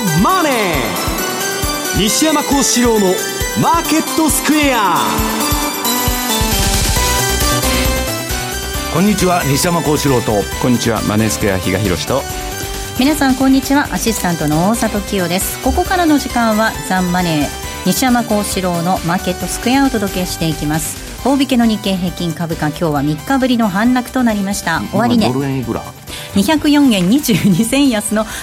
マネー。西山孝四郎のマーケットスクエア。 こんにちは、西山孝四郎と。 こんにちは、マネースクエア比嘉宏と。 皆さんこんにちは、アシスタントの大里清です。ここからの時間はザンマネー、西山孝四郎のマーケットスクエアをお届けしていきます。大引けの日経平均株価、今日は3日ぶりの反落となりました。終値ドル円いくら 204円22銭安の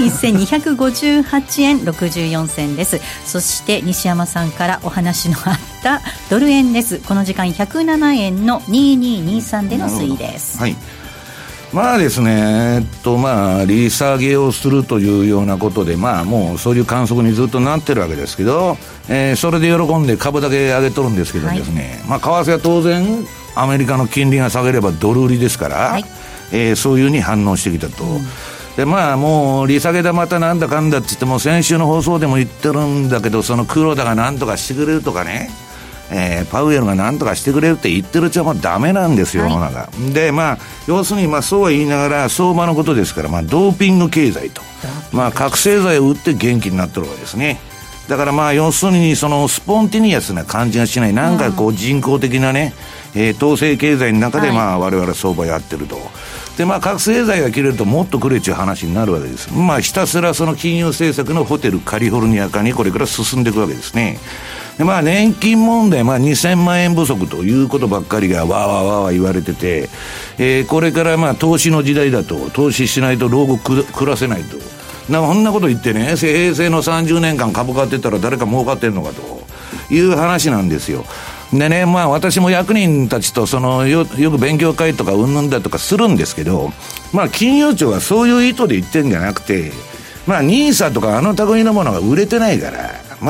21,258 円64銭です。そして西山さんからお話のあったドル円です。この時間107円の2223での推移です。 はい、まあですね、利下げをするというようなことで、もうそういう観測にずっとなってるわけですけど、それで喜んで株だけ上げとるんですけどですね、為替は当然アメリカの金利が下げればドル売りですから、はい、そういうふうに反応してきたと、でもう利下げだまたなんだかんだって言っても先週の放送でも言ってるんだけど、その黒田がなんとかしてくれるとかね、パウエルが何とかしてくれるって言ってるうちはもうダメなんですよ、世の中、はい、で要するにそうは言いながら相場のことですから、ドーピング経済と、覚醒剤を打って元気になってるわけですね。だから要するにそのスポンティニアスな感じがしない、なんか人工的なね、統制経済の中で我々相場やってると。で覚醒剤が切れるともっとくれちゅう話になるわけです。ひたすらその金融政策のホテルカリフォルニア化にこれから進んでいくわけですね。で年金問題、2000万円不足ということばっかりがわーわーわーわー言われてて、これから投資の時代だと、投資しないと老後暮らせないと、こんなこと言ってね、平成の30年間株買ってたら誰か儲かってんのかという話なんですよ。でね、私も役人たちとよく勉強会とかうんぬんだとかするんですけど、金融庁はそういう意図で言ってんじゃなくて、NISA とか類のものが売れてないから、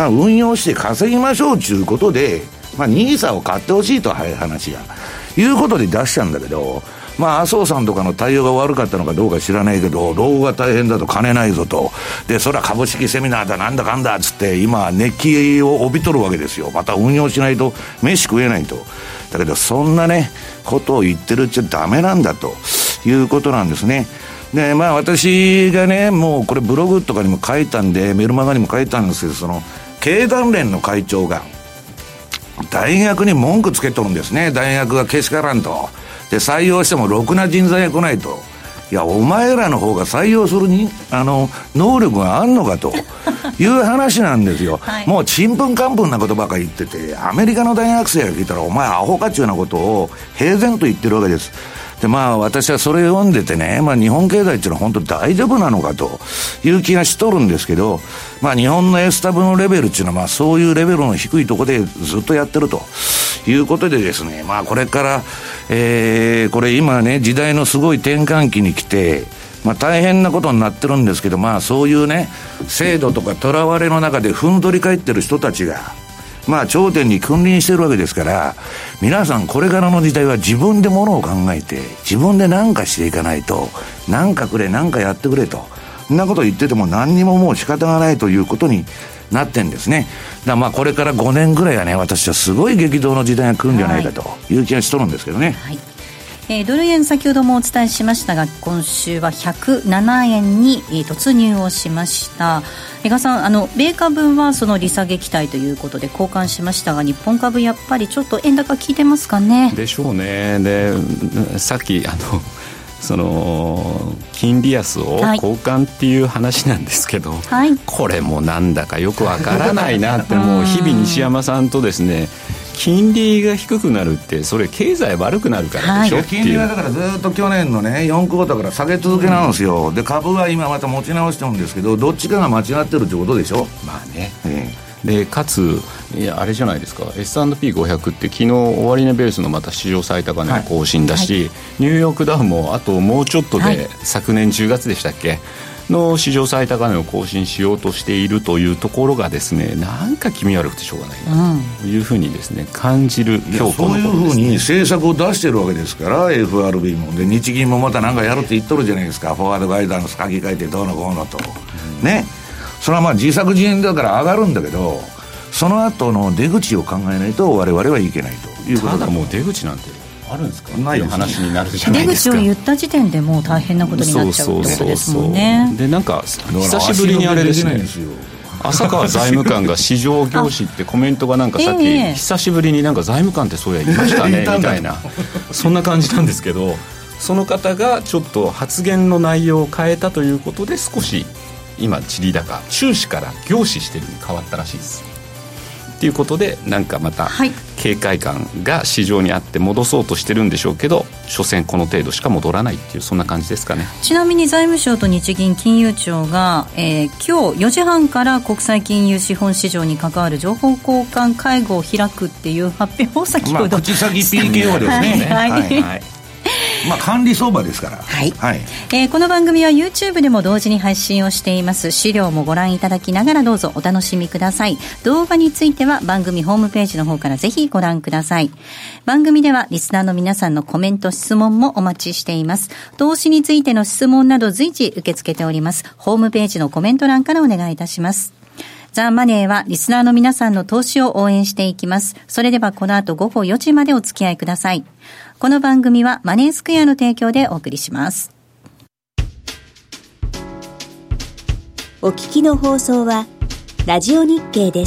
運用して稼ぎましょうということで、NISA を買ってほしいという話がいうことで出したんだけど、麻生さんとかの対応が悪かったのかどうか知らないけど、老後が大変だと、金ないぞと、でそれは株式セミナーだなんだかんだっつって今熱気を帯びとるわけですよ。また運用しないと飯食えないと。だけどそんなねことを言ってるっちゃダメなんだということなんですね。で私がね、もうこれブログとかにも書いたんで、メルマガにも書いたんですけど、その経団連の会長が大学に文句つけとるんですね。大学がけしからんと、で採用してもろくな人材が来ないと。いや、お前らの方が採用するに能力があんのかという話なんですよ、はい、もうちんぷんかんぷんなことばかり言ってて、アメリカの大学生が聞いたらお前アホかっちゅうようなことを平然と言ってるわけです。で私はそれを読んでてね、日本経済っていうのは本当大丈夫なのかという気がしとるんですけど、日本の S 株のレベルっていうのはそういうレベルの低いところでずっとやってるということでですね、これから、これ今ね時代のすごい転換期に来て、大変なことになってるんですけど、そういうね制度とかとらわれの中でふんどり返ってる人たちが頂点に君臨してるわけですから、皆さんこれからの時代は自分でものを考えて自分で何かしていかないと、何かくれ何かやってくれと、そんなこと言ってても何にももう仕方がないということになってんですね。だからこれから5年ぐらいはね、私はすごい激動の時代が来るんじゃないかという気がしとるんですけどね、はい。 ドル円先ほどもお伝えしましたが、今週は107円に突入をしました。江川さん、米株はその利下げ期待ということで交換しましたが、日本株やっぱりちょっと円高効いてますかね。 でしょうね。でさっきその金利安を交換っていう話なんですけど、はい、これもなんだかよくわからないなってもう日々西山さんとですね、金利が低くなるってそれ経済悪くなるからでしょ、はい、 金利はだからずっと去年のね4クォーターから下げ続けなんですよ、で株は今また持ち直してるんですけど、どっちかが間違ってるってことでしょ。 でかつあれじゃないですか、 S&P500 って昨日終値ベースのまた史上最高値の更新だし、はいはい、ニューヨークダウもあともうちょっとで、はい、昨年10月でしたっけの史上最高値を更新しようとしているというところがですね、なんか気味悪くてしょうがないなというふうにですね感じる今日この頃ですね。 そういうふうに政策を出してるわけですから FRB もで日銀もまた何かやるって言っとるじゃないですか。フォワードガイダンス書き換えてどうのこうのと、ね、それは自作自演だから上がるんだけど、その後の出口を考えないと我々はいけないということだ。 ただもう出口なんてあるんですかっていう話になるじゃないですか。 出口を言った時点でもう大変なことになっちゃうってことですもんね。 でなんか久しぶりにあれですね、浅川財務官が市場業種ってコメントがなんかさっき久しぶりになんか財務官ってそうや言いましたねみたいなそんな感じなんですけど、その方がちょっと発言の内容を変えたということで少し今チリ高注視から業視してるに変わったらしいですということで、なんかまた警戒感が市場にあって戻そうとしてるんでしょうけど、所詮この程度しか戻らないっていうそんな感じですかね。 ちなみに財務省と日銀金融庁が、今日4時半から国際金融資本市場に関わる情報交換会合を開くっていう発表を先ほど、 口先 PKO ですね。管理相場ですから、 この番組は YouTube でも同時に配信をしています。資料もご覧いただきながらどうぞお楽しみください。動画については番組ホームページの方からぜひご覧ください。番組ではリスナーの皆さんのコメント質問もお待ちしています。投資についての質問など随時受け付けております。ホームページのコメント欄からお願いいたします。ザ・マネーはリスナーの皆さんの投資を応援していきます。それではこの後午後4時までお付き合いください。この番組はマネースクエアの提供でお送りします。 お聞きの放送はラジオ日経です。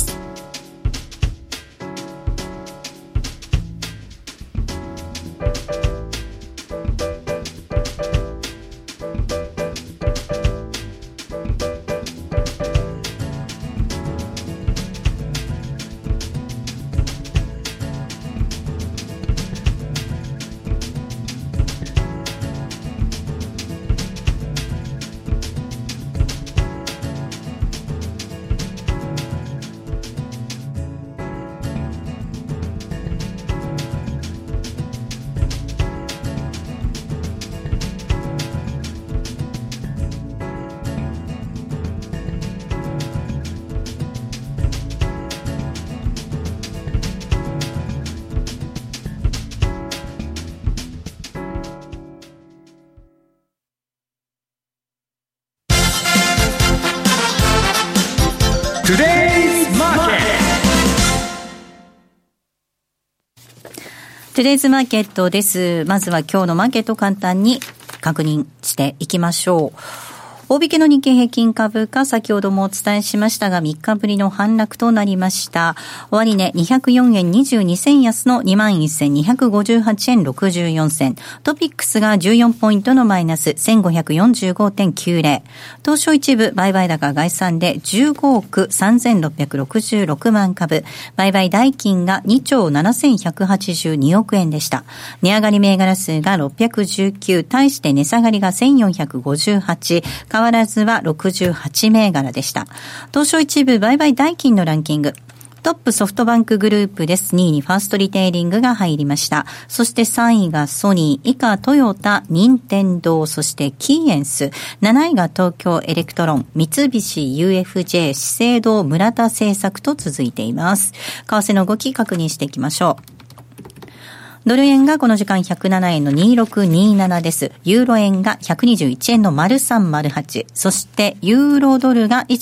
トゥデイズマーケットです。まずは今日のマーケット簡単に確認していきましょう。大引けの日経平均株価、先ほどもお伝えしましたが3日ぶりの反落となりました。終値204円22銭安の 21,258 円64銭。トピックスが14ポイントのマイナス 1545.90。東証一部売買高概算で15億3666万株。売買代金が2兆7182億円でした。値上がり銘柄数が619、対して値下がりが1458。変わらずは68銘柄でした。東証一部売買代金のランキング。トップソフトバンクグループです。2位にファーストリテイリングが入りました。そして3位がソニー、以下トヨタ、任天堂、そしてキーエンス。7位が東京エレクトロン、三菱 UFJ、資生堂、村田製作と続いています。為替の動き確認していきましょう。ドル円がこの時間107円の2627です。ユーロ円が121円の0308。そしてユーロドルが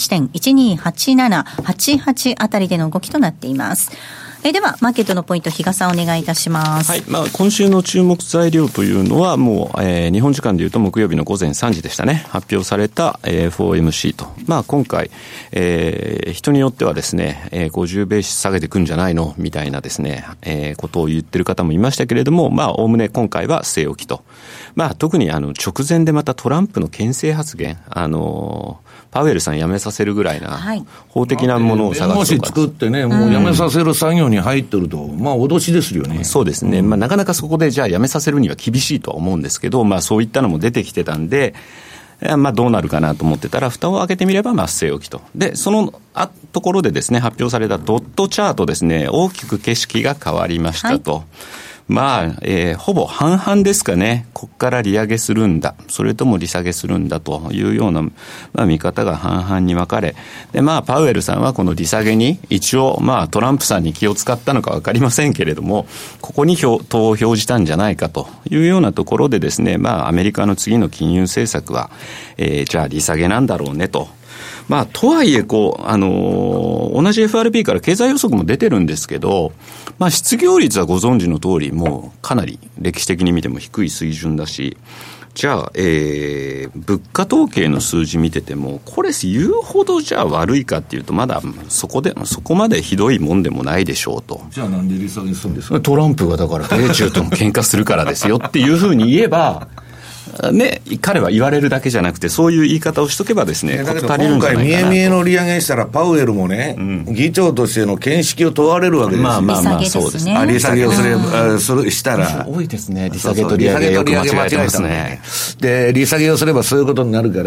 1.128788 あたりでの動きとなっています。ではマーケットのポイント、比嘉さんお願いいたします。 はい、今週の注目材料というのはもう、日本時間でいうと木曜日の午前3時でしたね、発表された、FOMC と、今回、人によってはですね、50ベース下げてくんじゃないのみたいなですね、ことを言ってる方もいましたけれども、おおむね今回は据え置きと。特に直前でまたトランプの牽制発言、パウエルさん辞めさせるぐらいな法的なものを探すとか、 弁護士作ってね、もう辞めさせる作業に入ってると、脅しですよね。 そうですね、なかなかそこでじゃあ辞めさせるには厳しいとは思うんですけど、そういったのも出てきてたんで、どうなるかなと思ってたら、蓋を開けてみれば据え置きと。でそのところでですね、発表されたドットチャートですね、大きく景色が変わりましたと。ほぼ半々ですかね。こっから利上げするんだ、それとも利下げするんだというような、見方が半々に分かれ、でパウエルさんはこの利下げに一応トランプさんに気を使ったのか分かりませんけれども、ここに投を表じたんじゃないかというようなところでですね、アメリカの次の金融政策は、じゃあ利下げなんだろうねと。 とはいえ同じ FRB から経済予測も出てるんですけど、失業率はご存知の通りもうかなり歴史的に見ても低い水準だし、じゃあ、物価統計の数字見ててもこれ言うほどじゃあ悪いかっていうとまだそこまでひどいもんでもないでしょうと。 じゃあなんで利下げするんですか。 トランプがだから米中とも喧嘩するからですよっていうふうに言えばね、彼は言われるだけじゃなくてそういう言い方をしとけばですね、 だけど今回見え見えの利上げしたらパウエルもね、議長としての見識を問われるわけですよ。 そうですね。 利下げをしたら多いですね。利下げと利上げよく間違えてますね。 で利下げをすればそういうことになるから、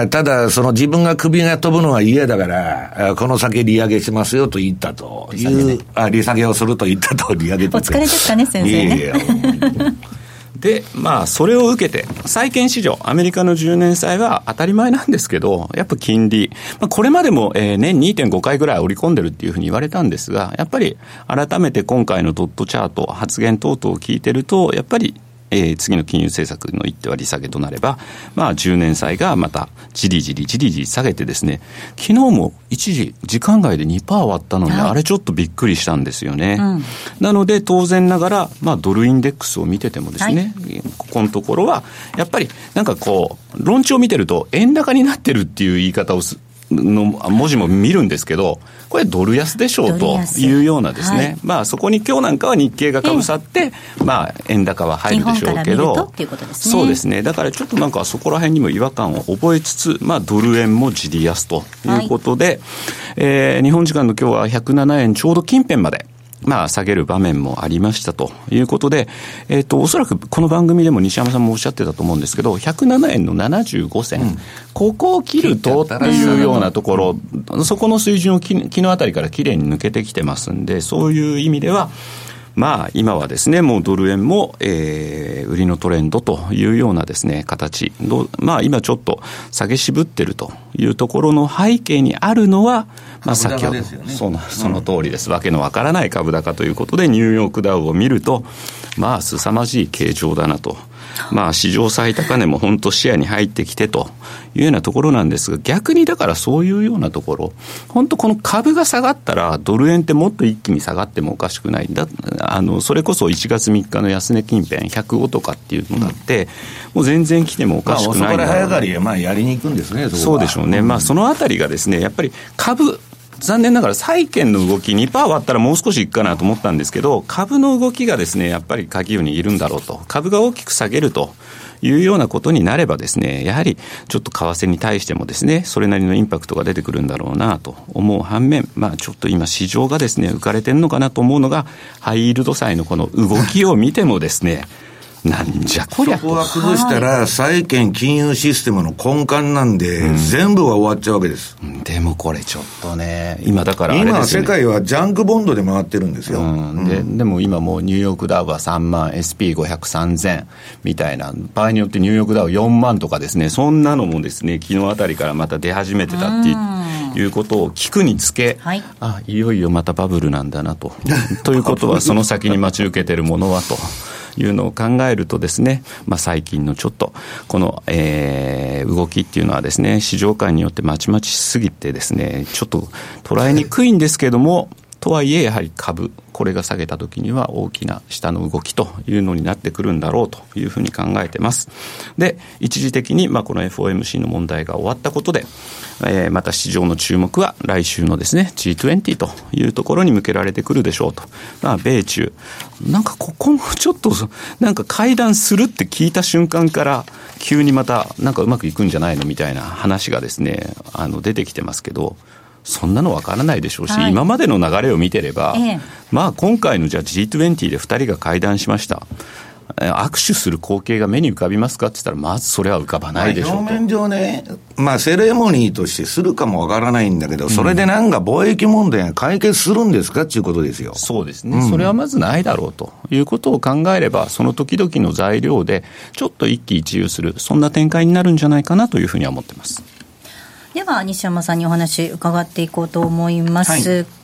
ただその自分が首が飛ぶのは嫌だからこの先利上げしますよと言ったという利下げをすると言ったと利上げとお疲れですかね先生ね。 でそれを受けて債券市場アメリカの10年債は当たり前なんですけど、やっぱ金利、これまでも年 2.5 回ぐらい織り込んでるっていうふうに言われたんですが、やっぱり改めて今回のドットチャート発言等々を聞いてるとやっぱり次の金融政策の一手は利下げとなれば、10年債がまたじりじり下げてですね、昨日も一時時間外で 2% 割ったのに、あれちょっとびっくりしたんですよね、なので当然ながら、ドルインデックスを見ててもですね、ここのところはやっぱりなんか論調を見てると円高になってるっていう言い方をの文字も見るんですけど、これドル安でしょうというようなですね、そこに今日なんかは日経がかぶさって、円高は入るでしょうけど、そうですね、だからちょっとなんかそこら辺にも違和感を覚えつつ、ドル円もじり安ということで、日本時間の今日は107円ちょうど近辺まで下げる場面もありましたということで、おそらくこの番組でも西山さんもおっしゃってたと思うんですけど、107円の75銭、ここを切るとっていうようなところ、そこの水準を昨日あたりからきれいに抜けてきてますんで、そういう意味では今はですね、もうドル円も、売りのトレンドというようなですね形、今ちょっと下げ渋ってるというところの背景にあるのは、先ほど、その通りです。わけのわからない株高ということでニューヨークダウを見ると凄まじい形状だなと、史上最高値も本当視野に入ってきてというようなところなんですが、逆にだからそういうようなところ、本当この株が下がったらドル円ってもっと一気に下がってもおかしくないんだ、それこそ1月3日の安値近辺105とかっていうのだって、もう全然来てもおかしくないんだろうな。 遅かれ早かりやりに行くんですね。 そうでしょうね、そのあたりがですね、やっぱり株、残念ながら債券の動き 2% 割ったらもう少しいくかなと思ったんですけど、株の動きがですねやっぱり鍵を握るんだろうと。株が大きく下げるというようなことになればですね、やはりちょっと為替に対してもですねそれなりのインパクトが出てくるんだろうなと思う反面、ちょっと今市場がですね浮かれてるのかなと思うのが、ハイイールド債のこの動きを見てもですねなんじゃこりゃそこは崩したら債券金融システムの根幹なんで、全部が終わっちゃうわけです。 でもこれちょっとね、今だからあれですね、 今世界はジャンクボンドで回ってるんですよ、 でも今もうニューヨークダウは3万 SP5003000 みたいな、場合によってニューヨークダウ4万とかですね、そんなのもですね昨日あたりからまた出始めてたっていうことを聞くにつけ、いよいよまたバブルなんだなとということはその先に待ち受けてるものはというのを考えるとですね、最近のちょっとこの、動きっていうのはですね、市場間によってまちまちしすぎてですね、ちょっと捉えにくいんですけどもとはいえやはり株、これが下げた時には大きな下の動きというのになってくるんだろうというふうに考えてます。で、一時的にこの FOMC の問題が終わったことで、また市場の注目は来週のですね G20 というところに向けられてくるでしょうと。米中なんかここもちょっとなんか会談するって聞いた瞬間から急にまたなんかうまくいくんじゃないのみたいな話がですね出てきてますけど、そんなのわからないでしょうし、今までの流れを見てれば、今回のじゃあ G20 で2人が会談しました、握手する光景が目に浮かびますかって言ったらまずそれは浮かばないでしょうと。 表面上ね、セレモニーとしてするかもわからないんだけど、それでなんか貿易問題が解決するんですかっていうことですよ。 そうですね、それはまずないだろうということを考えれば、その時々の材料でちょっと一喜一憂する、そんな展開になるんじゃないかなというふうには思ってます。 では西山さんにお話伺っていこうと思います、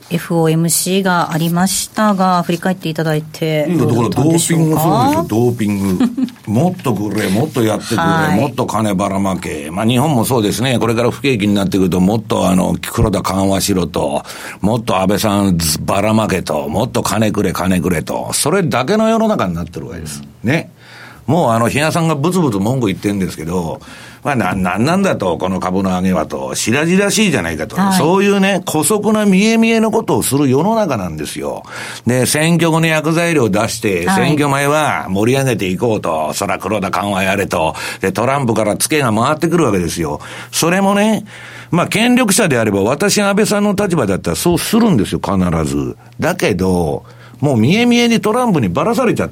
FOMC がありましたが、振り返っていただいてだからドーピングそうですよ、ドーピングもっとくれ、もっとやってくれ、はい、もっと金ばらまけ。まあ日本もそうですね。これから不景気になってくると、もっと黒田緩和しろと、もっと安倍さんばらまけと、もっと金くれと、それだけの世の中になってるわけです。ね。もう比嘉さんがブツブツ文句言ってるんですけど、まあなんだと、この株の上げはと、白々しいじゃないかと、はい、そういうね、姑息な見え見えのことをする世の中なんですよ。で、選挙後に薬材料を出して、選挙前は盛り上げていこうと、そら黒田緩和やれと、で、トランプからツケが回ってくるわけですよ。それもね、まあ、権力者であれば、私が安倍さんの立場だったらそうするんですよ、必ず。だけど、もう見え見えにトランプにばらされちゃって、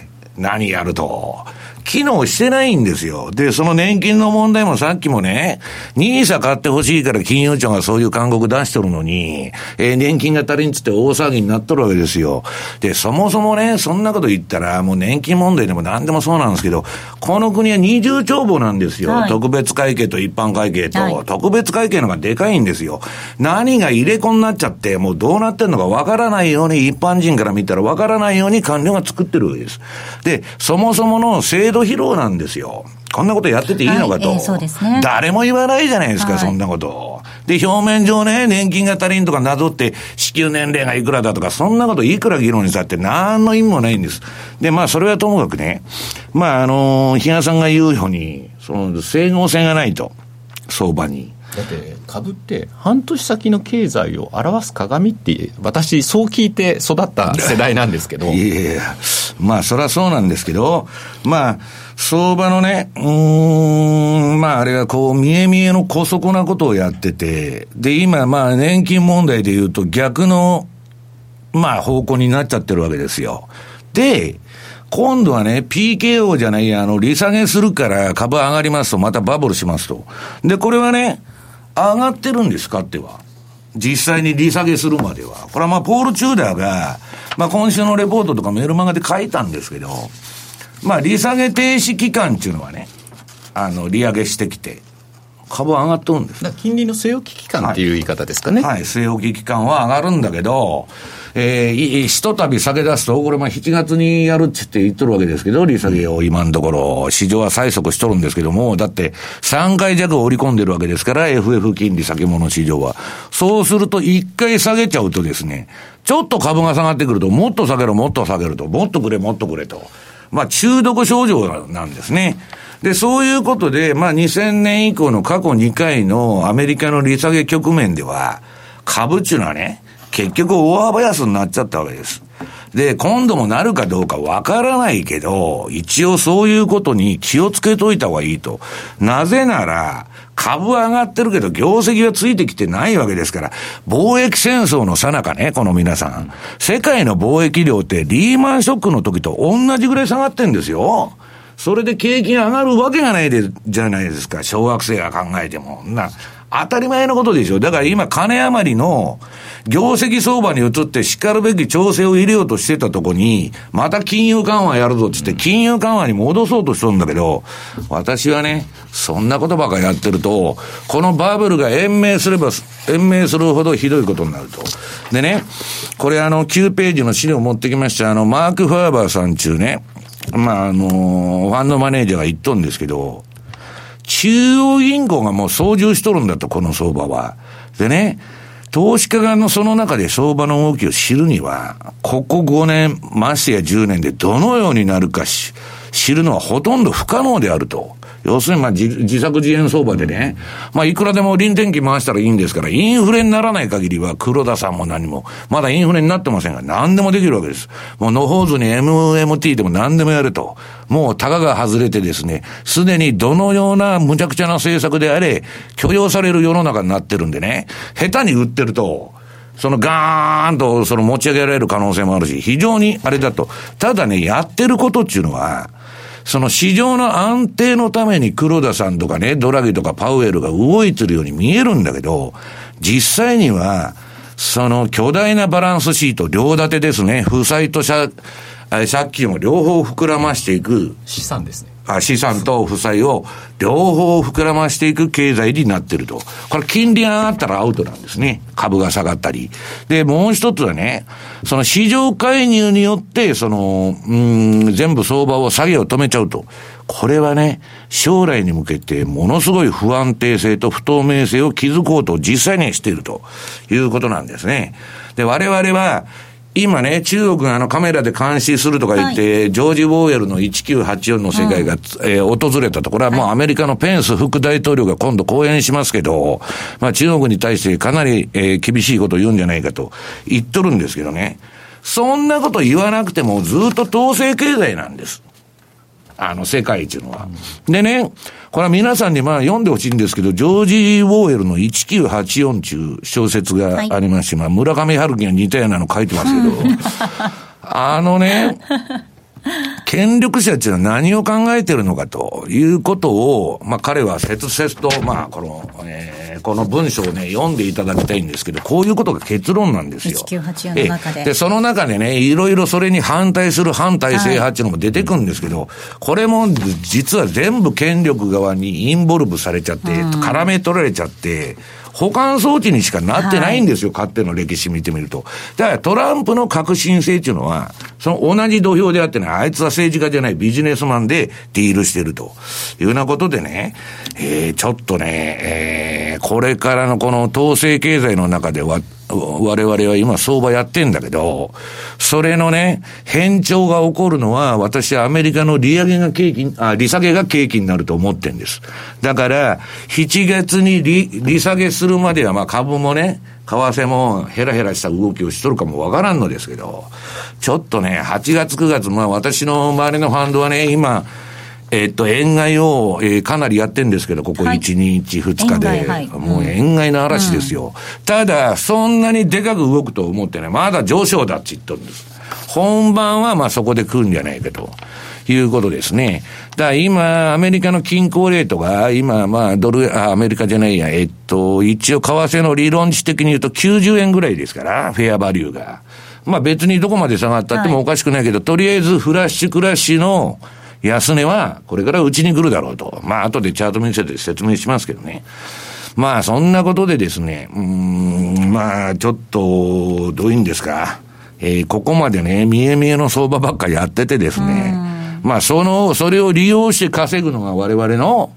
何やると。機能してないんですよ。で、その年金の問題もさっきもね、NISA買ってほしいから金融庁がそういう勧告出してるのに、年金が足りんつって大騒ぎになっとるわけですよ。で、そもそもね、そんなこと言ったら、もう年金問題でも何でもそうなんですけど、この国は二重帳簿なんですよ。はい、特別会計と一般会計と、はい、特別会計のがでかいんですよ。何が入れ子になっちゃって、もうどうなってんのかわからないように、一般人から見たらわからないように官僚が作ってるわけです。で、そもそもの制度疲労なんですよ。こんなことやってていいのかと、はいそうですね、誰も言わないじゃないですか、はい、そんなことで、表面上ね、年金が足りんとかなぞって支給年齢がいくらだとか、そんなこといくら議論にしたって何の意味もないんです。で、まあそれはともかくね、まあ比嘉さんが言うようにその整合性がないと、相場に。 だって株って半年先の経済を表す鏡って、私そう聞いて育った世代なんですけどいやまあそりゃそうなんですけど、まあ相場のね、まああれはこう見え見えの姑息なことをやってて、で今まあ年金問題でいうと逆のまあ方向になっちゃってるわけですよ。で今度はね、PKO じゃない、利下げするから株上がりますと、またバブルしますと。で、これはね、上がってるんですかっては。実際に利下げするまでは。これはまあ、ポール・チューダーが、まあ、今週のレポートとかメルマガで書いたんですけど、まあ、利下げ停止期間っていうのはね、利上げしてきて、株は上がっとるんです。 金利の据え置き期間っていう言い方ですかね。 はい、はい、据え置き期間は上がるんだけど、ひとたび下げ出すと、これまあ7月にやるって言っとるわけですけど、利下げを今のところ、市場は催促しとるんですけども、だって3回弱織り込んでるわけですから、FF 金利先物市場は。そうすると1回下げちゃうとですね、ちょっと株が下がってくると、もっと下げろ、もっと下げると、もっとくれ、もっとくれと。まあ中毒症状なんですね。で、そういうことで、まあ2000年以降の過去2回のアメリカの利下げ局面では、株っていうのはね、結局大幅安になっちゃったわけです。で、今度もなるかどうかわからないけど、一応そういうことに気をつけといた方がいいと。なぜなら、株は上がってるけど業績はついてきてないわけですから、貿易戦争の最中ね、この皆さん。世界の貿易量ってリーマンショックの時と同じぐらい下がってんですよ。それで景気が上がるわけがないじゃないですか。小学生が考えても。当たり前のことでしょ。だから今金余りの業績相場に移って叱るべき調整を入れようとしてたとこに、また金融緩和やるぞって言って金融緩和に戻そうとしとるんだけど、私はね、そんなことばかやってると、このバブルが延命すれば延命するほどひどいことになると。でね、これ9ページの資料を持ってきました。マーク・ファーバーさん中ね、まあファンドマネージャーが言っとるんですけど、中央銀行がもう操縦しとるんだと、この相場は。でね、投資家がその中で相場の動きを知るには、ここ5年、ましてや10年でどのようになるか知るのはほとんど不可能であると。要するにまあ自作自演相場でね、まあいくらでも臨転機回したらいいんですから、インフレにならない限りは黒田さんも何も、まだインフレになってませんが、何でもできるわけです。もう野放図に MMT でも何でもやると。もうタガが外れてですね、すでにどのような無茶苦茶な政策であれ、許容される世の中になってるんでね、下手に売ってると、そのガーンと持ち上げられる可能性もあるし、非常にあれだと。ただね、やってることっていうのは、その市場の安定のために黒田さんとかね、ドラギとかパウエルが動いてるように見えるんだけど、実際には、その巨大なバランスシート、両立てですね、負債と借金を両方膨らましていく。 資産ですね。 資産と負債を両方膨らましていく経済になっていると。これ金利が上がったらアウトなんですね。株が下がったり。で、もう一つはね、その市場介入によって、全部相場を下げを止めちゃうと。これはね、将来に向けてものすごい不安定性と不透明性を築こうと実際にしているということなんですね。で、我々は、今ね、中国がカメラで監視するとか言って、はい、ジョージ・ウォーエルの1984の世界が、訪れたところは、もうアメリカのペンス副大統領が今度講演しますけど、まあ中国に対してかなり、厳しいことを言うんじゃないかと言っとるんですけどね。そんなこと言わなくてもずっと統制経済なんです。世界一のは。でね、これは皆さんに読んでほしいんですけど、ジョージ・ウォーエルの1984という小説がありまして、はい、村上春樹が似たようなの書いてますけど、権力者っていうのは何を考えてるのかということを、彼は切々と、この文章をね、読んでいただきたいんですけど、こういうことが結論なんですよ。 1984の中で。 で、その中でね、いろいろそれに反対する反体制派っていうのも出てくるんですけど、これも実は全部権力側にインボルブされちゃって、絡め取られちゃって、保管装置にしかなってないんですよ、かつての歴史見てみると。だからトランプの革新性っていうのは、その同じ土俵であってね、あいつは政治家じゃないビジネスマンでディールしてるというようなことでね、ちょっとね、これからのこの統制経済の中では、我々は今相場やってんだけど、それのね、変調が起こるのは、私はアメリカの利下げが契機になると思ってんです。だから、7月に利下げするまでは、株もね、為替もヘラヘラした動きをしとるかもわからんのですけど、ちょっとね、8月9月、私の周りのファンドはね、今、円買いを、かなりやってんですけど、ここ1日2日で、もう円買いの嵐ですよ。ただ、そんなにでかく動くと思ってね、まだ上昇だって言っとるんです。本番はそこで来るんじゃないかということですね。だから今、アメリカの均衡レートが、今、アメリカじゃないや、一応、為替の理論値的に言うと90円ぐらいですから、フェアバリューが。別にどこまで下がったってもおかしくないけど、とりあえずフラッシュクラッシュの、安値は、これからうちに来るだろうと。後でチャート見せて説明しますけどね。そんなことでですね、ちょっと、どういうんですか。ここまでね、見え見えの相場ばっかやっててですね。それを利用して稼ぐのが我々の、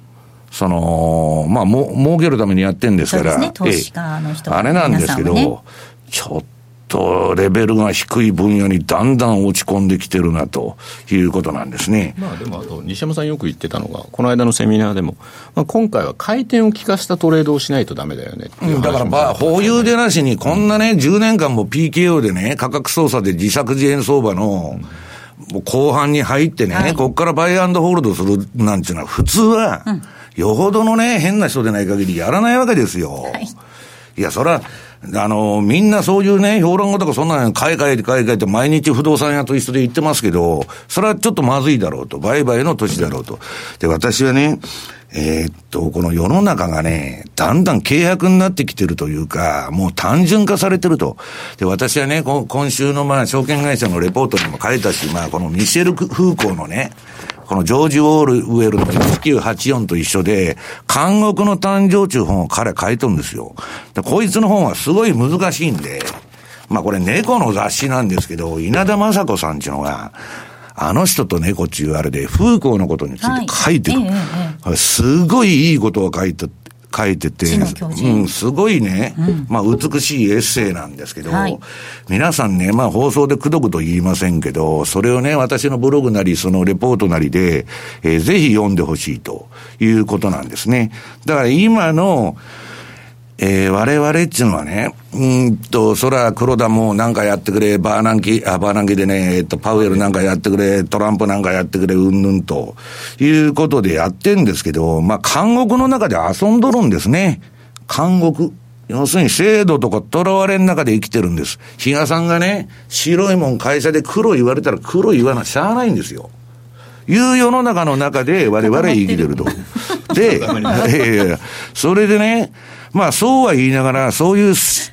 儲けるためにやってんですから。 そうですね、投資家の人、 あれなんですけど、ね、ちょっとレベルが低い分野にだんだん落ち込んできてるなということなんですね。 でもあと西山さんよく言ってたのが、この間のセミナーでも、今回は回転を利かしたトレードをしないとダメだよねっていう話も、 だから保有でなしにこんなね、10年間も PKO でね、価格操作で自作自演相場の、後半に入ってね、こっからバイアンドホールドするなんていうのは普通は、よほどのね、変な人でない限りやらないわけですよ。いや、そら、みんなそういうね、評論家とかそんなの買い替えて毎日不動産屋と一緒で言ってますけど、それはちょっとまずいだろうと、売買の年だろうと。で、私はね、この世の中がね、だんだん契約になってきてるというか、もう単純化されてると。で、私はね、今週の証券会社のレポートにも書いたし、このミシェル・フーコーのね、このジョージ・ウェルの1984と一緒で、監獄の誕生という本を彼書いてるんですよ。で、こいつの本はすごい難しいんで、これ猫の雑誌なんですけど、稲田雅子さんっていうのが、あの人と猫っていうあれで、フーコーのことについて書いてる。すごいいいことを書いてて、すごいね、美しいエッセイなんですけど、皆さんね、放送でくどくど言いませんけど、それをね、私のブログなり、そのレポートなりで、ぜひ読んでほしいということなんですね。だから今の、我々っていうのはね、そら黒田もなんかやってくれ、バーナンキでね、パウエルなんかやってくれ、トランプなんかやってくれ、うんぬんということでやってんですけど、監獄の中で遊んどるんですね。監獄。要するに制度とか囚われの中で生きてるんです。比嘉さんがね、白いもん会社で黒言われたら黒言わなしゃあないんですよ。いう世の中の中で我々生きてると。で、それでね、そうは言いながら、そういう世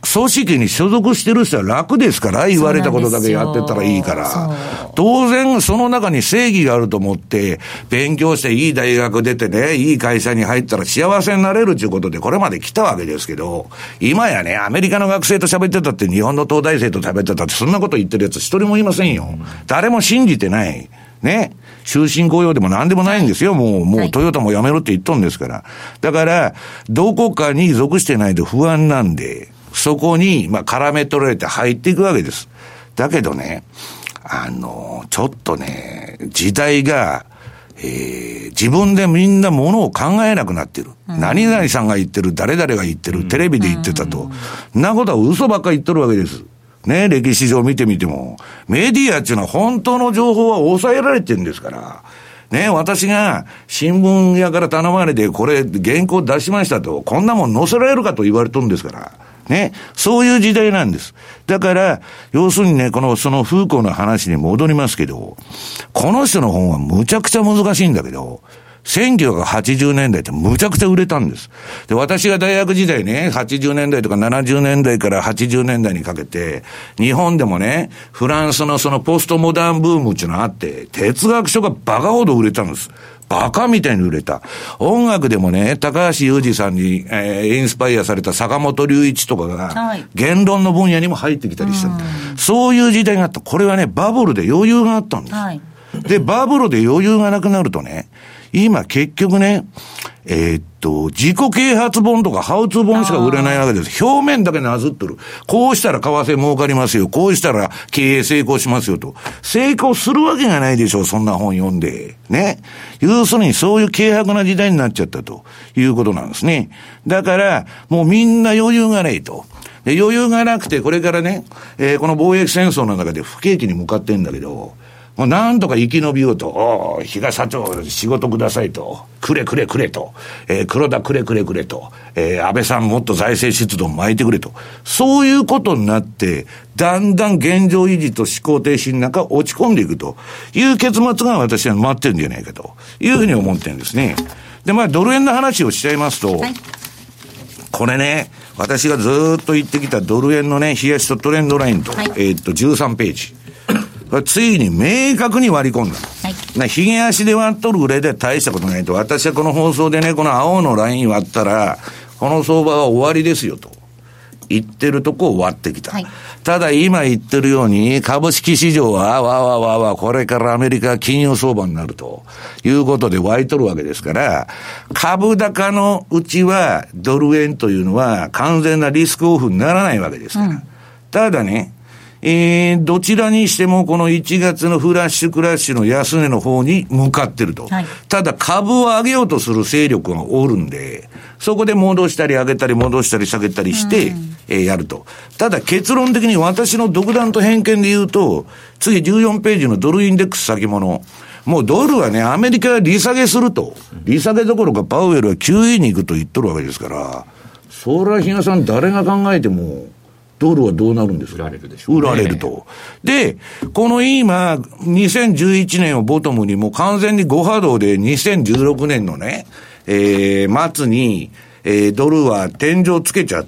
組織に所属してる人は楽ですから、言われたことだけやってたらいいから。当然その中に正義があると思って、勉強していい大学出てね、いい会社に入ったら幸せになれるということでこれまで来たわけですけど、今やね、アメリカの学生と喋ってたって日本の東大生と喋ってたってそんなこと言ってるやつ一人もいませんよ。誰も信じてない。ね。終身雇用でも何でもないんですよ。もうトヨタも辞めろって言っとんですから。だから、どこかに属してないと不安なんで、そこに、絡め取られて入っていくわけです。だけどね、ちょっとね、時代が、自分でみんなものを考えなくなってる。何々さんが言ってる、誰々が言ってる、テレビで言ってたと。なことは嘘ばっかり言っとるわけです。ね、歴史上見てみても。メディアっていうのは本当の情報は抑えられてるんですから。ね、私が新聞屋から頼まれて、これ原稿出しましたと、こんなもん載せられるかと言われとるんですから。ね、そういう時代なんです。だから、要するにね、そのフーコーの話に戻りますけど、この人の本はむちゃくちゃ難しいんだけど、1980年代ってむちゃくちゃ売れたんです。で、私が大学時代ね、80年代とか70年代から80年代にかけて、日本でもね、フランスのそのポストモダンブームっていうのがあって、哲学書がバカほど売れたんです。バカみたいに売れた。音楽でもね、高橋裕二さんに、インスパイアされた坂本龍一とかが、言論の分野にも入ってきたりした。そういう時代があった。これはね、バブルで余裕があったんです。で、バブルで余裕がなくなるとね、今結局ね、自己啓発本とかハウツー本しか売れないわけです。表面だけなずっとる。こうしたら為替儲かりますよ。こうしたら経営成功しますよと。成功するわけがないでしょう。そんな本読んで。ね。要するにそういう軽薄な時代になっちゃったということなんですね。だから、もうみんな余裕がないと。で、余裕がなくて、これからね、この貿易戦争の中で不景気に向かってんだけど、もうなんとか生き延びようと、比嘉社長仕事くださいと、くれと、黒田くれと、安倍さんもっと財政出動巻いてくれと、そういうことになって、だんだん現状維持と思考停止の中落ち込んでいくという結末が私は待ってるんじゃないかというふうに思ってるんですね。で、ドル円の話をしちゃいますと、これね、私がずーっと言ってきたドル円のね、冷やしとトレンドラインと、13ページ。ついに明確に割り込んだ。ひげ足で割っとるぐらいで大したことないと。私はこの放送でね、この青のライン割ったら、この相場は終わりですよと。言ってるとこを割ってきた。ただ今言ってるように、株式市場は、これからアメリカ金融相場になるということで湧いとるわけですから、株高のうちはドル円というのは完全なリスクオフにならないわけですから。ただね、どちらにしてもこの1月のフラッシュクラッシュの安値の方に向かってると。ただ株を上げようとする勢力がおるんで、そこで戻したり上げたり戻したり下げたりして、やると。ただ結論的に私の独断と偏見で言うと、次14ページのドルインデックス先物。もうドルはね、アメリカが利下げすると。利下げどころかパウエルは QE に行くと言っとるわけですから、それは比嘉さん誰が考えても、ドルはどうなるんですか？ 売られるでしょうね。 売られると。で、この今、2011年をボトムにもう完全に誤波動で2016年のね、末に、ドルは天井つけちゃって、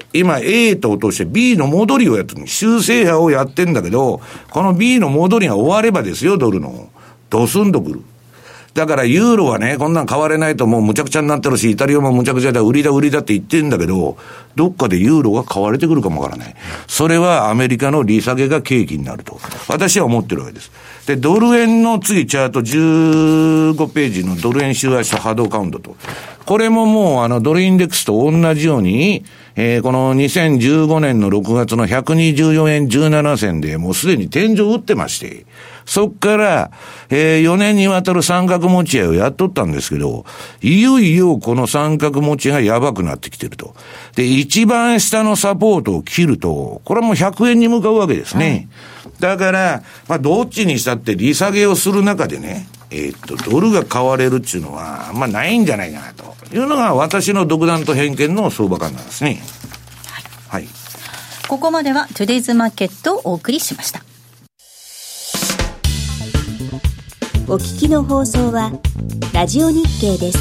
今 A と落として B の戻りをやってる。修正派をやってんだけど、この B の戻りが終わればですよ、ドルの。ドスンとくる。だからユーロはね、こんなん買われないともうむちゃくちゃになってるし、イタリアもむちゃくちゃだ、売りだって言ってんだけど、どっかでユーロが買われてくるかもわからない。それはアメリカの利下げが契機になると。私は思ってるわけです。で、ドル円の次チャート15ページのドル円週足と波動カウントと。これももうドルインデックスと同じように、この2015年の6月の124円17銭でもうすでに天井打ってまして、そっから、4年にわたる三角持ち合いをやっとったんですけど、いよいよこの三角持ちがやばくなってきてると。で、一番下のサポートを切ると、これはもう100円に向かうわけですね。だから、どっちにしたって利下げをする中でね、ドルが買われるっていうのは、ないんじゃないかなというのが私の独断と偏見の相場感なんですね。はい。 ここまではトゥデイズマーケットをお送りしました。 お聞きの放送はラジオ日経です。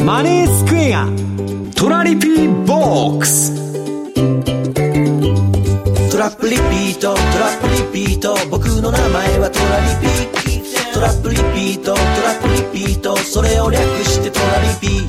マネースクエアトラリピーボックス。 トラップリピートトラップリピート、僕の名前はトラリピ。トラップリピートトラップリピート、それを略してトラリピ。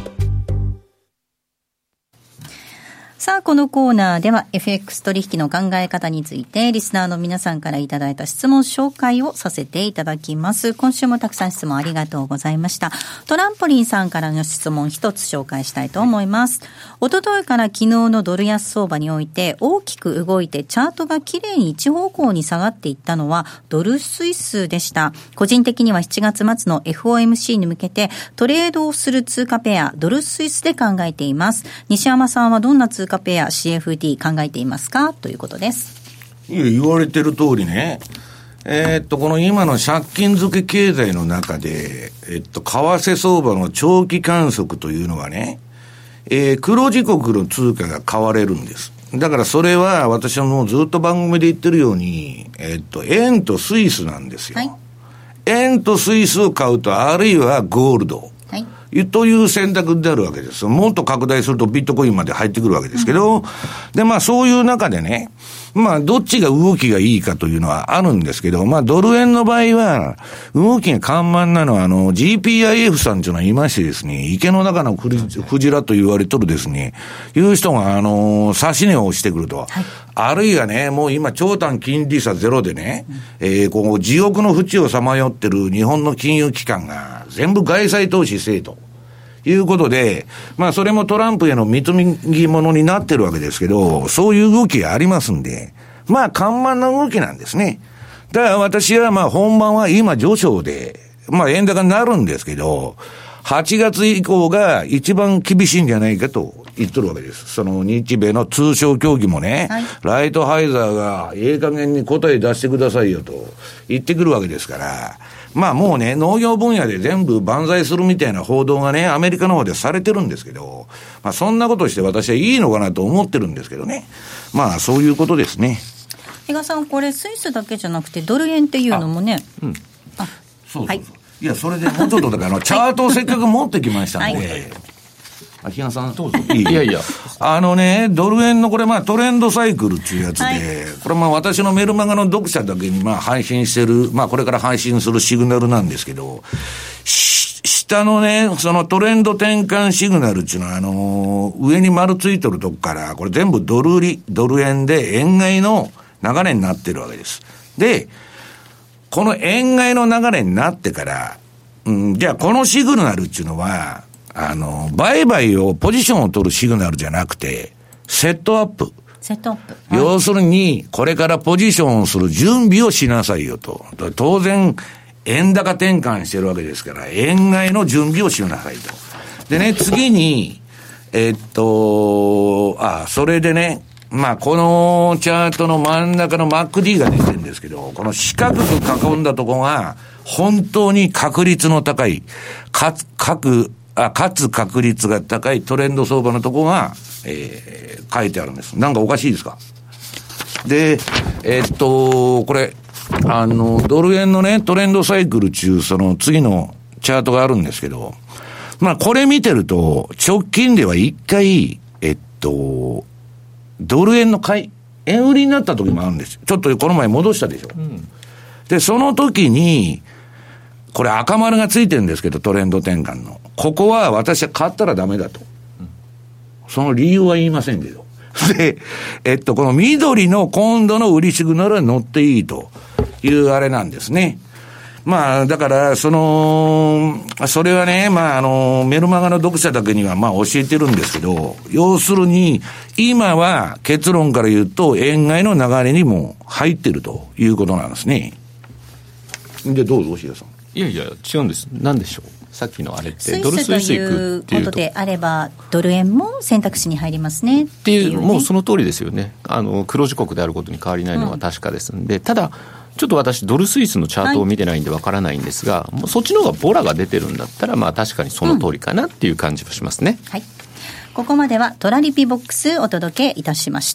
さあ、このコーナーでは FX 取引の考え方についてリスナーの皆さんからいただいた質問紹介をさせていただきます。今週もたくさん質問ありがとうございました。トランポリンさんからの質問一つ紹介したいと思います。一昨日から昨日のドル安相場において大きく動いてチャートがきれいに一方向に下がっていったのはドルスイスでした。個人的には7月末の FOMC に向けてトレードをする通貨ペアドルスイスで考えています。西山さんはどんな通貨ペア CFD 考えていますかということです。 言われてる通りね、この今の借金付け経済の中で、為替相場の長期観測というのはね、黒字国の通貨が買われるんです。だからそれは私はもうずっと番組で言ってるように、円とスイスなんですよ。はい、円とスイスを買うと、あるいはゴールド。はい、という選択であるわけです。もっと拡大するとビットコインまで入ってくるわけですけど、で、まあそういう中でね、まあどっちが動きがいいかというのはあるんですけど、まあドル円の場合は、動きが緩慢なのはGPIF さんというのはいましてですね、池の中のクジラと言われとるですね、いう人が指値を押してくると。はい、あるいはね、もう今長短金利差ゼロでね、こう地獄の淵をさまよってる日本の金融機関が全部外債投資せえと。いうことで、まあそれもトランプへの貢ぎ物になってるわけですけど、そういう動きがありますんで、まあ緩慢な動きなんですね。だから私はまあ本番は今上昇で、まあ円高になるんですけど、8月以降が一番厳しいんじゃないかと言っとるわけです。その日米の通商協議もね、はい、ライトハイザーが加減に答え出してくださいよと言ってくるわけですから、まあもうね、農業分野で全部万歳するみたいな報道がね、アメリカの方でされてるんですけど、まあそんなことして私はいいのかなと思ってるんですけどね。まあそういうことですね。 比嘉さん、これスイスだけじゃなくてドル円っていうのもね。 うん。そうそうそう。はい、いや、それでもうちょっとだからチャートをせっかく持ってきましたんで。はい比嘉さん、どうぞ。いやいや。ドル円のこれまあトレンドサイクルっていうやつで、はい、これまあ私のメルマガの読者だけにまあ配信してる、まあこれから配信するシグナルなんですけど、下のね、そのトレンド転換シグナルっていうのは上に丸ついてるとこから、これ全部ドル円で円買いの流れになってるわけです。で、この円買いの流れになってから、じゃあこのシグナルっていうのは、売買を、ポジションを取るシグナルじゃなくて、セットアップ。 セットアップ。 はい、要するに、これからポジションをする準備をしなさいよと。当然、円高転換してるわけですから、円買いの準備をしなさいと。でね、次に、それでね、まあ、このチャートの真ん中の MACD が出てるんですけど、この四角く囲んだところが、本当に確率の高い、かつ確率が高いトレンド相場のところが、書いてあるんです。なんかおかしいですか？で、これ、ドル円のね、トレンドサイクル中、その次のチャートがあるんですけど、まあこれ見てると、直近では一回、ドル円の円売りになった時もあるんです。ちょっとこの前戻したでしょ。うん、で、その時に、これ赤丸がついてるんですけど、トレンド転換の。ここは私は買ったらダメだと。その理由は言いませんけど。で、この緑の今度の売りシグナルは乗っていいというあれなんですね。まあ、だから、それはね、まあ、メルマガの読者だけにはまあ教えてるんですけど、要するに、今は結論から言うと、円買いの流れにも入ってるということなんですね。で、どうぞ、押田さん。 いやいや、違うんです。なんでしょう。さっきのあれってドルスイス行くっていうことであればドル円も選択肢に入りますねっていう、ね、 もうその通りですよね。黒字国であることに変わりないのは確かですんで、ただちょっと私ドルスイスのチャートを見てないんでわからないんですが、もうそっちの方がボラが出てるんだったらまあ確かにその通りかなっていう感じはしますね。 はい、ここまではトラリピボックスお届けいたしました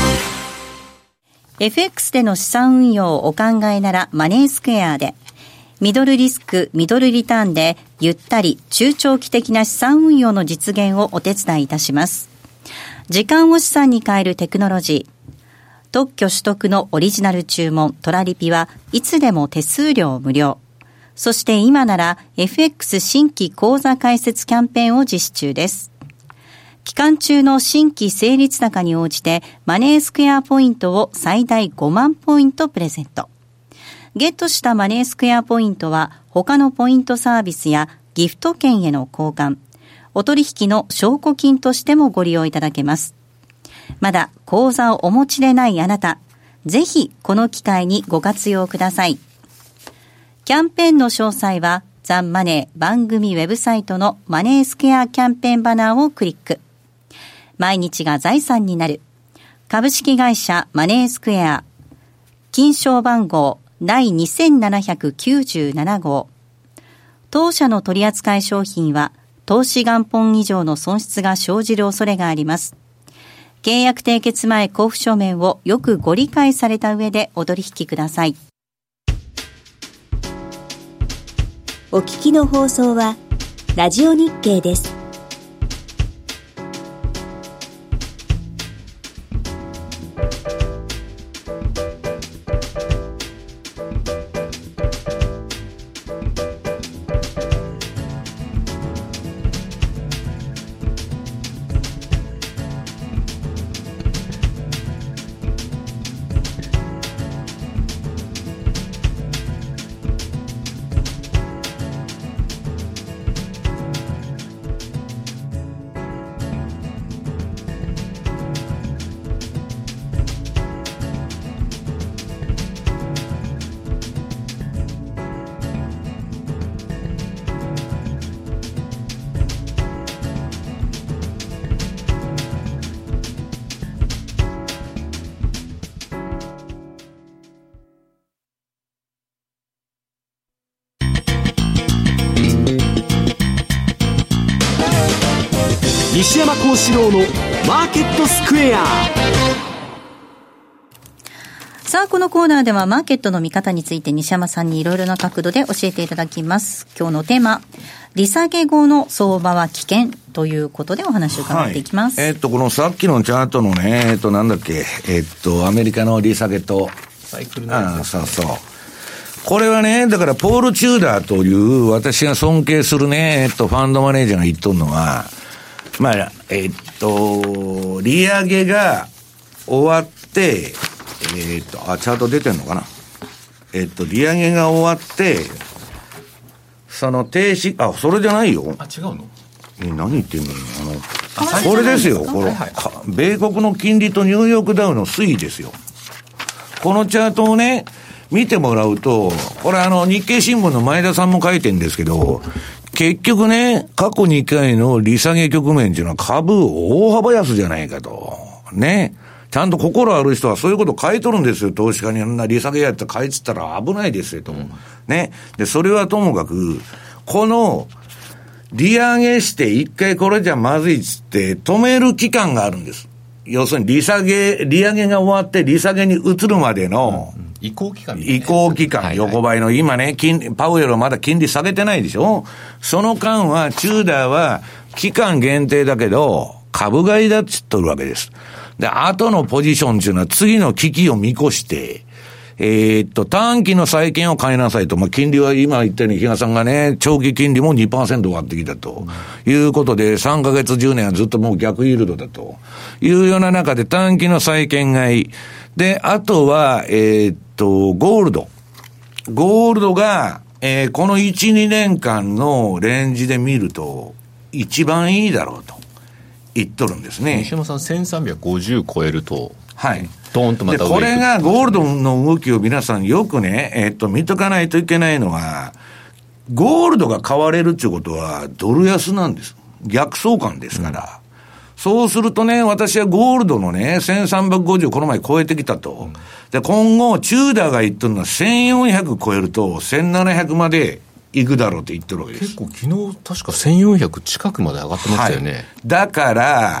。FX での資産運用をお考えならマネースクエアで、 ミドルリスク、ミドルリターンでゆったり中長期的な資産運用の実現をお手伝いいたします。時間を資産に変えるテクノロジー。特許取得のオリジナル注文トラリピはいつでも手数料無料。そして今なら FX 新規口座開設キャンペーンを実施中です。期間中の新規成立高に応じてマネースクエアポイントを最大5万ポイントプレゼント。ゲットしたマネースクエアポイントは他のポイントサービスやギフト券への交換、お取引の証拠金としてもご利用いただけます。まだ口座をお持ちでないあなた、ぜひこの機会にご活用ください。キャンペーンの詳細はザンマネー番組ウェブサイトのマネースクエアキャンペーンバナーをクリック。毎日が財産になる株式会社マネースクエア、金賞番号第2797号。当社の取扱い商品は投資元本以上の損失が生じる恐れがあります。契約締結前交付書面をよくご理解された上でお取引ください。 お聞きの放送はラジオ日経です。 西山幸四郎のマーケットスクエア。 さあ、このコーナーではマーケットの見方について西山さんにいろいろな角度で教えていただきます。今日のテーマ、利下げ後の相場は危険ということでお話を伺っていきます。 このさっきのチャートのね、なんだっけ、アメリカの利下げとサイクルのやつ。 そうそう。これはね、だからポール・チューダーという私が尊敬するね、ファンドマネージャーが言っとるのは、まあ、利上げが終わって、チャート出てんのかな。利上げが終わって、その停止、それじゃないよ。 違うの？ 何言ってんのこれですよ。これ、米国の金利とニューヨークダウの推移ですよ。このチャートをね、見てもらうと、これ日経新聞の前田さんも書いてるんですけど、結局ね、過去2回の利下げ局面っていうのは株大幅安じゃないかと。ね。ちゃんと心ある人はそういうこと書いとるんですよ。投資家にあんな利下げやって買いつったら危ないですよと。ね。で、それはともかく、この、利上げして一回これじゃまずいっつって止める期間があるんです。要するに利上げが終わって利下げに移るまでの、 移行期間、 横ばいの今ね、パウエルはまだ金利下げてないでしょ。その間は、チューダーは期間限定だけど、株買いだって言っとるわけです。で、後のポジションっていうのは次の危機を見越して、短期の債券を買いなさいと。金利は今言ったように、比嘉さんがね、長期金利も 2% 割ってきたと。いうことで、3ヶ月10年はずっともう逆イールドだと。いうような中で短期の債券買い。で、あとは、ゴールド。ゴールドが、この1、2年間のレンジで見ると、一番いいだろうと言っとるんですね。 西山さん、1350超えると、 はい。 ドーンとまた上で、これがゴールドの動きを皆さんよくね、見とかないといけないのは、ゴールドが買われるっていうことは、ドル安なんです。逆相関ですから。そうするとね、私はゴールドのね、1350この前超えてきたと。で、今後、チューダーが言ってるのは1400超えると、1700まで行くだろうって言ってるわけです。 結構昨日確か1400近くまで上がってましたよね。 はい、だから、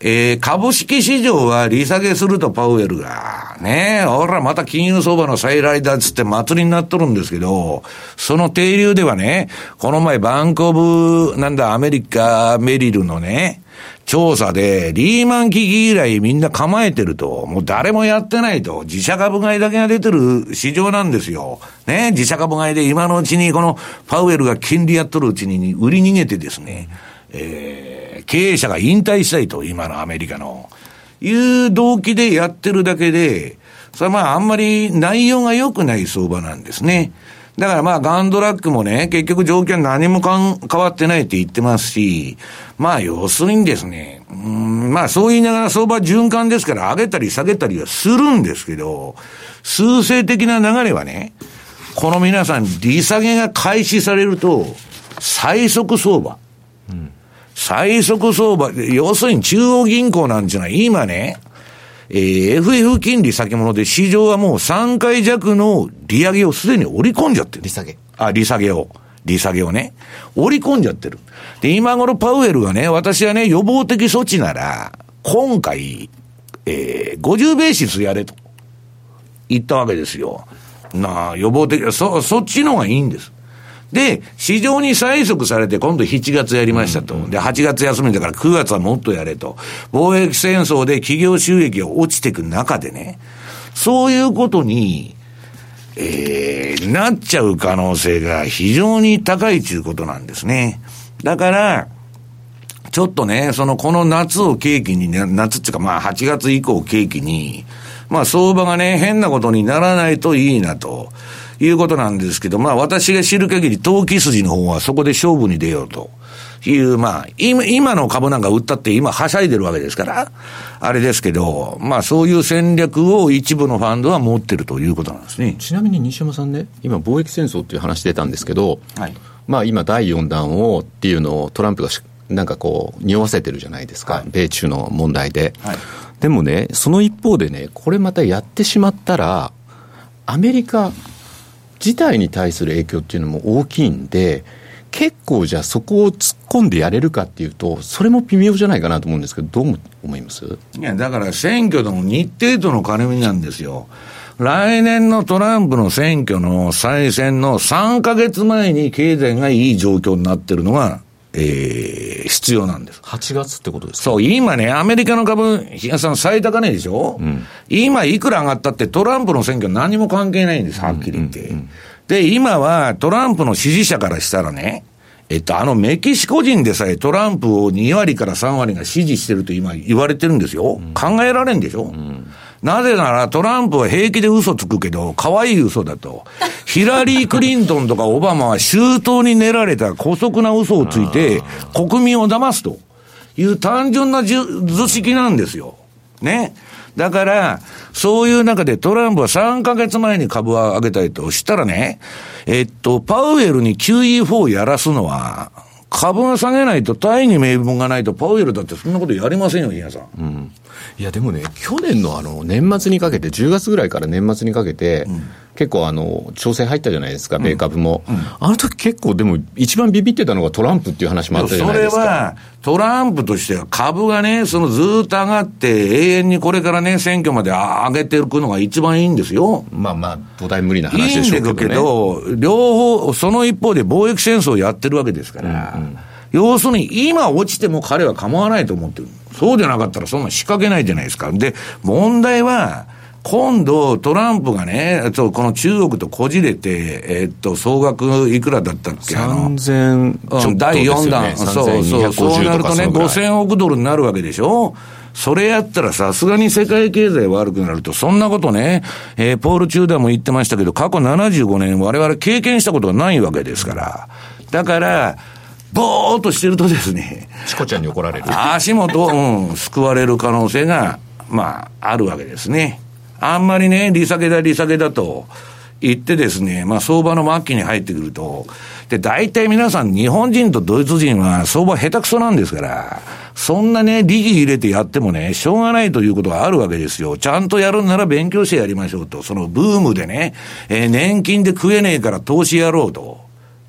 株式市場は利下げするとパウエルが、ね、ほらまた金融相場の再来だっつって祭りになっとるんですけど、その定流ではね、この前バンクオブ、アメリカメリルのね、調査でリーマン危機以来みんな構えてると、もう誰もやってないと、自社株買いだけが出てる市場なんですよ。ね、自社株買いで今のうちにこのパウエルが金利やっとるうちに売り逃げてですね、経営者が引退したいと、今のアメリカのいう動機でやってるだけで、それはあんまり内容が良くない相場なんですね。だからガンドラックもね、結局状況は何も変わってないって言ってますし、要するにですね、そう言いながら相場循環ですから上げたり下げたりはするんですけど、数勢的な流れはね、この皆さん利下げが開始されると最速相場、最速相場、要するに中央銀行なんていうのは今ね、FF 金利先物で市場はもう3回弱の利上げをすでに織り込んじゃってる。利下げをね、織り込んじゃってる。で、今頃パウエルがね、私はね、予防的措置なら、今回、50ベーシスやれと言ったわけですよ。予防的、そっちの方がいいんです。で、市場に催促されて今度7月やりましたと。で、8月休みだから9月はもっとやれと。貿易戦争で企業収益が落ちていく中でね、そういうことに、なっちゃう可能性が非常に高いということなんですね。だから、ちょっとね、この夏を契機にね、夏っていうか8月以降を契機に、相場がね、変なことにならないといいなと。いうことなんですけど、私が知る限り投機筋の方はそこで勝負に出ようという、今の株なんか売ったって今はしゃいでるわけですから、あれですけど、そういう戦略を一部のファンドは持ってるということなんですね。 ちなみに西山さんね、今貿易戦争っていう話出たんですけど、はい、今第4弾をっていうのをトランプが匂わせてるじゃないですか、はい、米中の問題で、はい、でもね、その一方でね、これまたやってしまったらアメリカ自体に対する影響っていうのも大きいんで、結構じゃあそこを突っ込んでやれるかっていうと、それも微妙じゃないかなと思うんですけど、どう思います？ いや、だから選挙の日程との絡みなんですよ。来年のトランプの選挙の再選の3ヶ月前に経済がいい状況になってるのが、必要なんです。 8月ってことですか？ そう、今ね、アメリカの株、皆さん最高値でしょ、今いくら上がったってトランプの選挙何も関係ないんです、はっきり言って。で、今はトランプの支持者からしたらね、メキシコ人でさえトランプを2割から3割が支持してると今言われてるんですよ。考えられんでしょ、なぜならトランプは平気で嘘つくけど、可愛い嘘だと。ヒラリー・クリントンとかオバマは周到に練られた姑息な嘘をついて、国民を騙すという単純な図式なんですよ。ね。だから、そういう中でトランプは3ヶ月前に株を上げたいとしたらね、パウエルに QE4 やらすのは、株が下げないと大義名分がないとパウエルだってそんなことやりませんよ、皆さん。 いやでもね、去年の年末にかけて、10月ぐらいから年末にかけて、結構調整入ったじゃないですか、米株も。あの時結構でも一番ビビってたのがトランプっていう話もあったじゃないですか。 それはトランプとしては株がね、ずっと上がって永遠にこれからね、選挙まで上げていくのが一番いいんですよ。 土台無理な話でしょうけどね。いいんだけど、 両方、その一方で貿易戦争をやってるわけですから、要するに今落ちても彼は構わないと思ってる。そうじゃなかったらそんな仕掛けないじゃないですか。で、問題は、今度トランプがね、この中国とこじれて、総額いくらだったっけ、 3000ちょっとですよね、 第4弾。そうなるとね、5000億ドルになるわけでしょ。それやったらさすがに世界経済悪くなると、そんなことね、ポール・チューダーも言ってましたけど、過去75年我々経験したことがないわけですから。だから、ぼーっとしてるとですね、 チコちゃんに怒られる。 足元を、救われる可能性が、あるわけですね。あんまりね、利下げだと言ってですね、相場の末期に入ってくると、で、大体皆さん日本人とドイツ人は相場下手くそなんですから、そんなね、利益入れてやってもね、しょうがないということがあるわけですよ。ちゃんとやるんなら勉強してやりましょうと。そのブームでね、年金で食えねえから投資やろうと。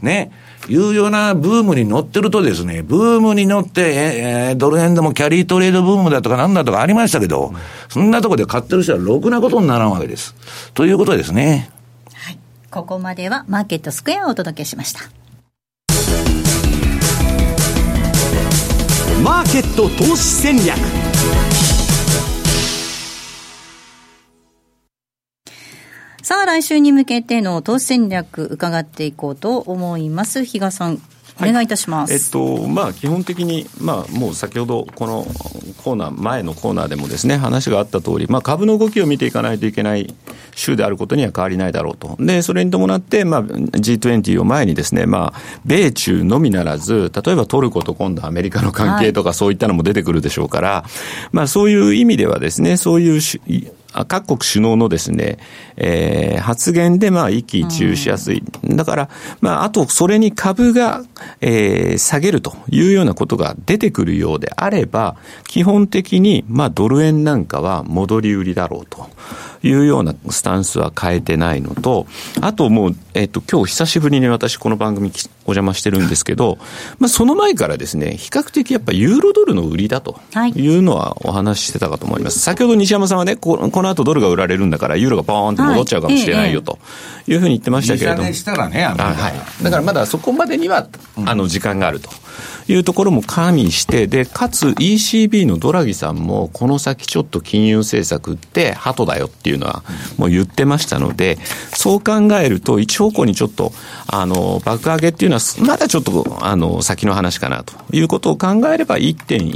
ね、いうようなブームに乗ってるとですね、ブームに乗って、ドル円でもキャリートレードブームだとかなんだとかありましたけど、そんなとこで買ってる人はろくなことにならんわけです。ということですね。 はい。ここまではマーケットスクエアをお届けしました。 マーケット投資戦略。 さあ、来週に向けての投資戦略伺っていこうと思います。比嘉さん、お願いいたします。 基本的に、もう先ほどこのコーナー、前のコーナーでもですね、話があった通り、株の動きを見ていかないといけない週であることには変わりないだろうと。で、それに伴って、G20 を前にですね、米中のみならず、例えばトルコと今度アメリカの関係とか、そういったのも出てくるでしょうから、そういう意味ではですね、そういう各国首脳のですね、発言で一喜一憂しやすい。だから、あとそれに株が、下げるというようなことが出てくるようであれば、基本的にドル円なんかは戻り売りだろうというようなスタンスは変えてないのと、あともう、今日久しぶりに私この番組お邪魔してるんですけど、その前からですね、比較的やっぱユーロドルの売りだというのはお話ししてたかと思います。先ほど西山さんはね、この後ドルが売られるんだからユーロがポーンと戻っちゃうかもしれないよというふうに言ってましたけれども、 したらね、 だからまだそこまでには時間があるというところも加味して、でかつ ECB のドラギさんもこの先ちょっと金融政策って鳩だよっていうのはもう言ってましたので、そう考えると一方向にちょっと爆上げっていうのはまだちょっと先の話かなということを考えれば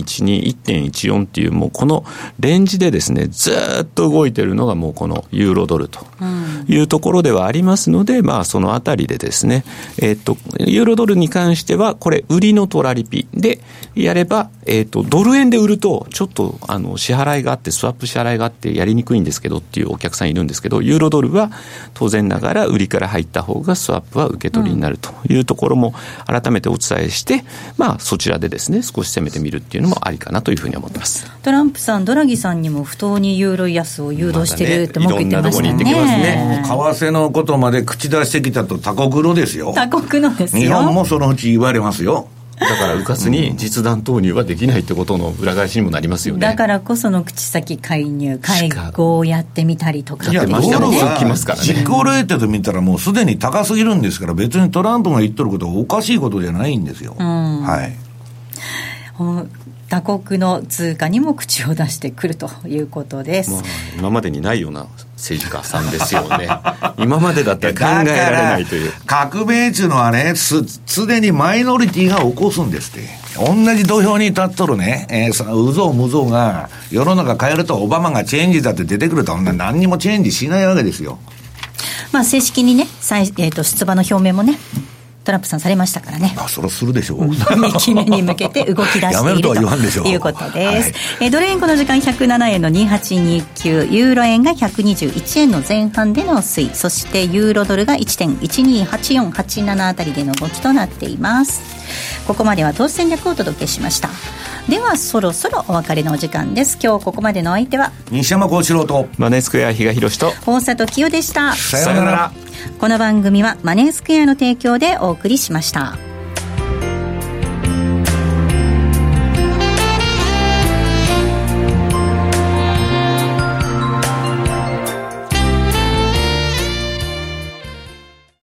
1.12、1.14 っていうもうこのレンジでですね、ずっと動いてるのがもうこのユーロドルというところではありますので、そのあたりでですね、ユーロドルに関してはこれ売りのトラリピでやれば、ドル円で売るとちょっと支払いがあってスワップ支払いがあってやりにくいんですけどっていうお客さんいるんですけど、ユーロドルは当然ながら売りから入った方がスワップは受け取りになるというところも改めてお伝えして、そちらでですね少し攻めてみるっていうのもありかなというふうに思ってます。 トランプさん、ドラギさんにも不当にユーロ安を誘導してるって文句言ってましたね。いろんなところに行ってきますね。 為替のことまで口出してきたと他国のですよ。 他国のですよ。 日本もそのうち言われますよ。 だからうかつに実弾投入はできないってことの裏返しにもなりますよね。 だからこその口先介入、会合をやってみたりとか。 いや、ドルは実行レートで見たらもうすでに高すぎるんですから、別にトランプが言っとることはおかしいことじゃないんですよ。はい。 他国の通貨にも口を出してくるということです。 今までにないような政治家さんですよね。今までだったら考えられないという。 革命っていうのはね、すでにマイノリティが起こすんですって。同じ土俵に立っとるね、うぞうむぞうが世の中変えるとオバマがチェンジだって出てくると何にもチェンジしないわけですよ。 正式にね、出馬の表明もね、トランプさんされましたからね。 それするでしょう。 2期目に向けて動き出しているということです。ドル円この時間107円の2829、ユーロ円が121円の前半での推移、そしてユーロドルが 1.128487 あたりでの動きとなっています。ここまでは投資戦略をお届けしました。ではそろそろお別れのお時間です。今日ここまでのお相手は西山幸四郎とマネースクエア比嘉宏と大里清でした。 さようなら。 この番組はマネースクエアの提供でお送りしました。